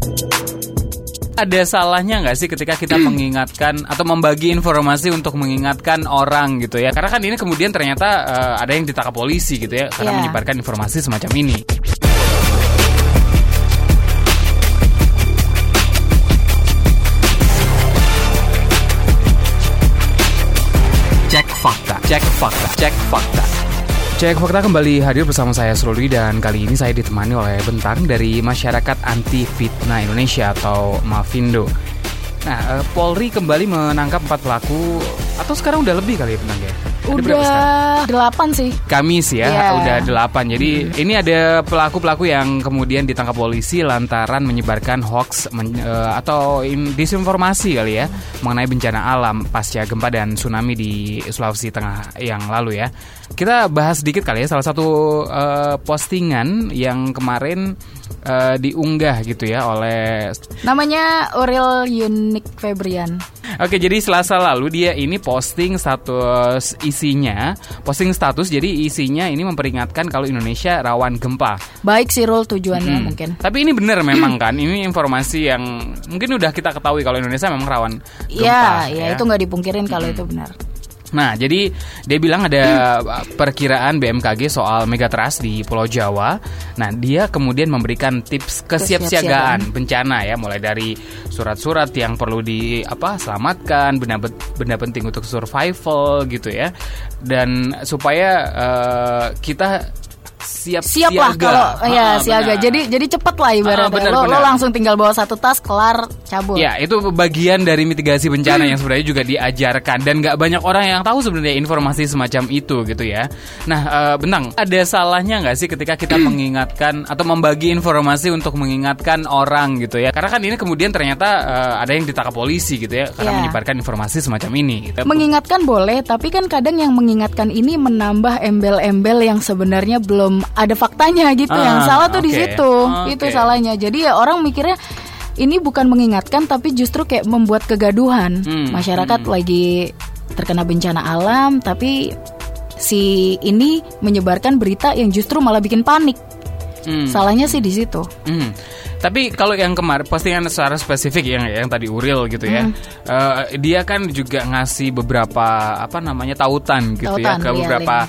Ada salahnya nggak sih ketika kita mengingatkan atau membagi informasi untuk mengingatkan orang gitu ya? Karena kan ini kemudian ternyata ada yang ditangkap polisi gitu ya karena menyebarkan informasi semacam ini. Cek fakta, cek fakta, cek fakta. Cek fakta kembali hadir bersama saya Suruli dan kali ini saya ditemani oleh Bentang dari Masyarakat Anti Fitnah Indonesia atau Mafindo. Nah, Polri kembali menangkap 4 pelaku atau sekarang udah lebih kali ya Bentang ya? Udah 8 sih. Kamis ya, udah 8. Jadi ini ada pelaku-pelaku yang kemudian ditangkap polisi lantaran menyebarkan hoax atau disinformasi kali ya mengenai bencana alam pasca gempa dan tsunami di Sulawesi Tengah yang lalu ya. Kita bahas sedikit kali ya salah satu postingan yang kemarin diunggah gitu ya oleh namanya Aurel Yunik Febrian. Oke, jadi Selasa lalu dia ini posting status jadi isinya ini memperingatkan kalau Indonesia rawan gempa. Baik sih Rul tujuannya mungkin. Tapi ini benar memang kan, ini informasi yang mungkin udah kita ketahui kalau Indonesia memang rawan gempa. Iya, itu nggak dipungkirin kalau itu benar. Nah, jadi dia bilang ada perkiraan BMKG soal megatrust di Pulau Jawa. Nah, dia kemudian memberikan tips kesiapsiagaan bencana ya, mulai dari surat-surat yang perlu selamatkan, benda penting untuk survival gitu ya. Dan supaya kita siap lah kalau siaga. Jadi cepet lah ibaratnya. Lo langsung tinggal bawa 1 tas, kelar, cabut. Ya, itu bagian dari mitigasi bencana yang sebenarnya juga diajarkan dan nggak banyak orang yang tahu sebenarnya informasi semacam itu gitu ya. Nah, Bentang, ada salahnya nggak sih ketika kita mengingatkan atau membagi informasi untuk mengingatkan orang gitu ya? Karena kan ini kemudian ternyata ada yang ditangkap polisi gitu ya karena menyebarkan informasi semacam ini. Gitu. Mengingatkan boleh, tapi kan kadang yang mengingatkan ini menambah embel-embel yang sebenarnya belum ada faktanya gitu. Yang salah tuh di situ. Itu salahnya. Jadi ya orang mikirnya ini bukan mengingatkan tapi justru kayak membuat kegaduhan. Masyarakat lagi terkena bencana alam tapi si ini menyebarkan berita yang justru malah bikin panik. Salahnya sih di situ. Tapi kalau yang kemarin postingan secara spesifik yang tadi Uril gitu ya, dia kan juga ngasih beberapa tautan gitu ya ke beberapa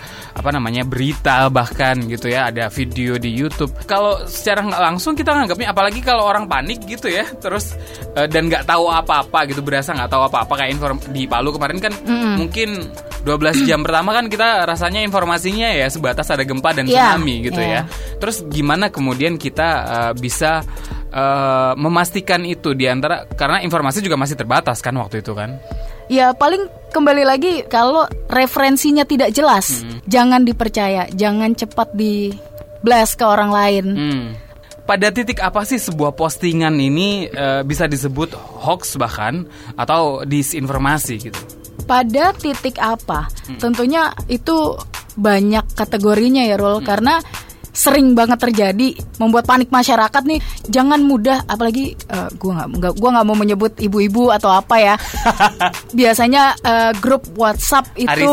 berita bahkan gitu ya, ada video di YouTube. Kalau secara nggak langsung kita nganggapnya, apalagi kalau orang panik gitu ya, terus dan nggak tahu apa-apa gitu, berasa nggak tahu apa-apa kayak di Palu kemarin kan mungkin 12 jam pertama kan kita rasanya informasinya ya sebatas ada gempa dan tsunami gitu ya. Terus gimana kemudian kita bisa memastikan itu diantara, karena informasi juga masih terbatas kan waktu itu kan. Ya paling kembali lagi kalau referensinya tidak jelas, jangan dipercaya, jangan cepat di blast ke orang lain. Pada titik apa sih sebuah postingan ini bisa disebut hoax bahkan atau disinformasi gitu? Pada titik apa? Tentunya itu banyak kategorinya ya Rul, karena sering banget terjadi membuat panik masyarakat nih. Jangan mudah, apalagi gua nggak mau menyebut ibu-ibu atau apa ya. Biasanya grup WhatsApp itu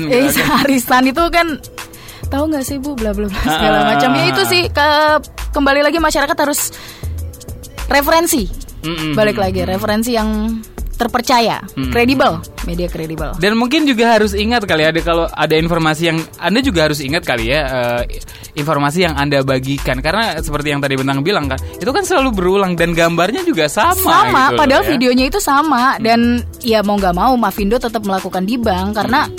arisan itu kan, tahu nggak sih Bu, bla bla bla segala macam. Ya itu sih kembali lagi masyarakat harus referensi. Balik lagi referensi yang terpercaya, kredibel, media kredibel. Dan mungkin juga harus ingat kali ya, kalau ada informasi yang Anda juga harus ingat kali ya, informasi yang Anda bagikan, karena seperti yang tadi Bentang bilang kan, itu kan selalu berulang dan gambarnya juga sama gitu padahal ya. Videonya itu sama dan ya mau nggak mau Mafindo tetap melakukan dibang karena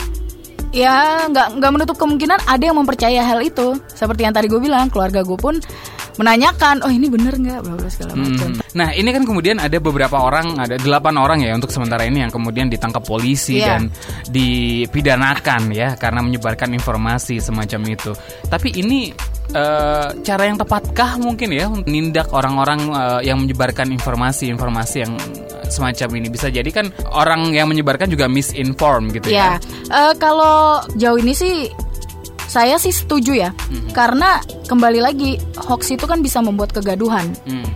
ya nggak menutup kemungkinan ada yang mempercaya hal itu. Seperti yang tadi gue bilang, keluarga gue pun menanyakan, oh ini bener nggak, bla bla segala macam. Nah ini kan kemudian ada beberapa orang, ada 8 orang ya untuk sementara ini yang kemudian ditangkap polisi dan dipidanakan ya karena menyebarkan informasi semacam itu. Tapi ini cara yang tepatkah mungkin ya untuk menindak orang-orang yang menyebarkan informasi yang semacam ini? Bisa jadi kan orang yang menyebarkan juga misinform gitu ya. Kalau jauh ini sih saya sih setuju ya, karena kembali lagi hoax itu kan bisa membuat kegaduhan.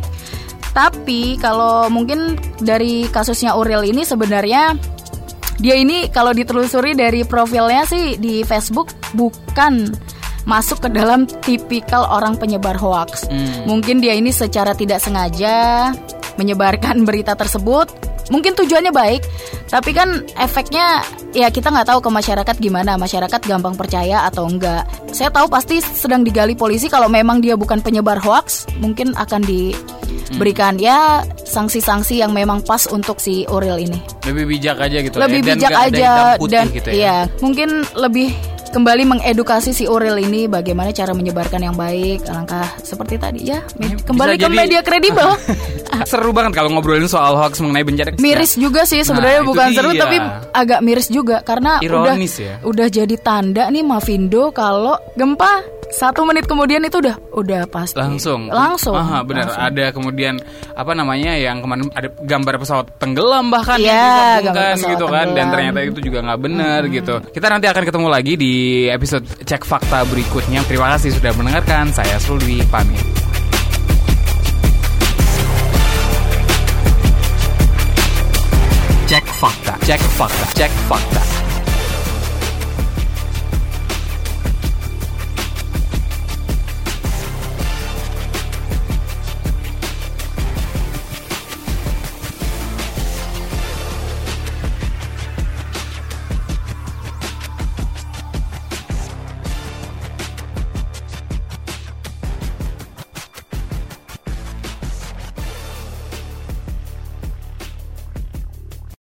Tapi kalau mungkin dari kasusnya Aurel ini sebenarnya dia ini kalau ditelusuri dari profilnya sih di Facebook bukan masuk ke dalam tipikal orang penyebar hoaks. Mungkin dia ini secara tidak sengaja menyebarkan berita tersebut. Mungkin tujuannya baik, tapi kan efeknya ya kita nggak tahu ke masyarakat gimana. Masyarakat gampang percaya atau enggak. Saya tahu pasti sedang digali polisi. Kalau memang dia bukan penyebar hoaks, mungkin akan diberikan ya sanksi-sanksi yang memang pas untuk si Uril ini. Lebih bijak aja gitu. Lebih dan bijak aja dan gitu ya mungkin lebih kembali mengedukasi si Uril ini bagaimana cara menyebarkan yang baik, langkah seperti tadi ya. Kembali ke media kredibel. Seru banget kalau ngobrolin soal hoax mengenai bencana. Miris juga sih sebenarnya, bukan seru tapi agak miris juga karena ironis udah jadi tanda nih Mavindo kalau gempa 1 menit kemudian itu udah pasti. Langsung. Aha, benar. Langsung. Ada kemudian apa namanya yang kemarin ada gambar pesawat tenggelam bahkan ya, yang digabungkan gitu kan, dan ternyata itu juga nggak benar gitu. Kita nanti akan ketemu lagi di episode Cek Fakta berikutnya. Terima kasih sudah mendengarkan. Saya Srulwi pamit. Cek Fakta.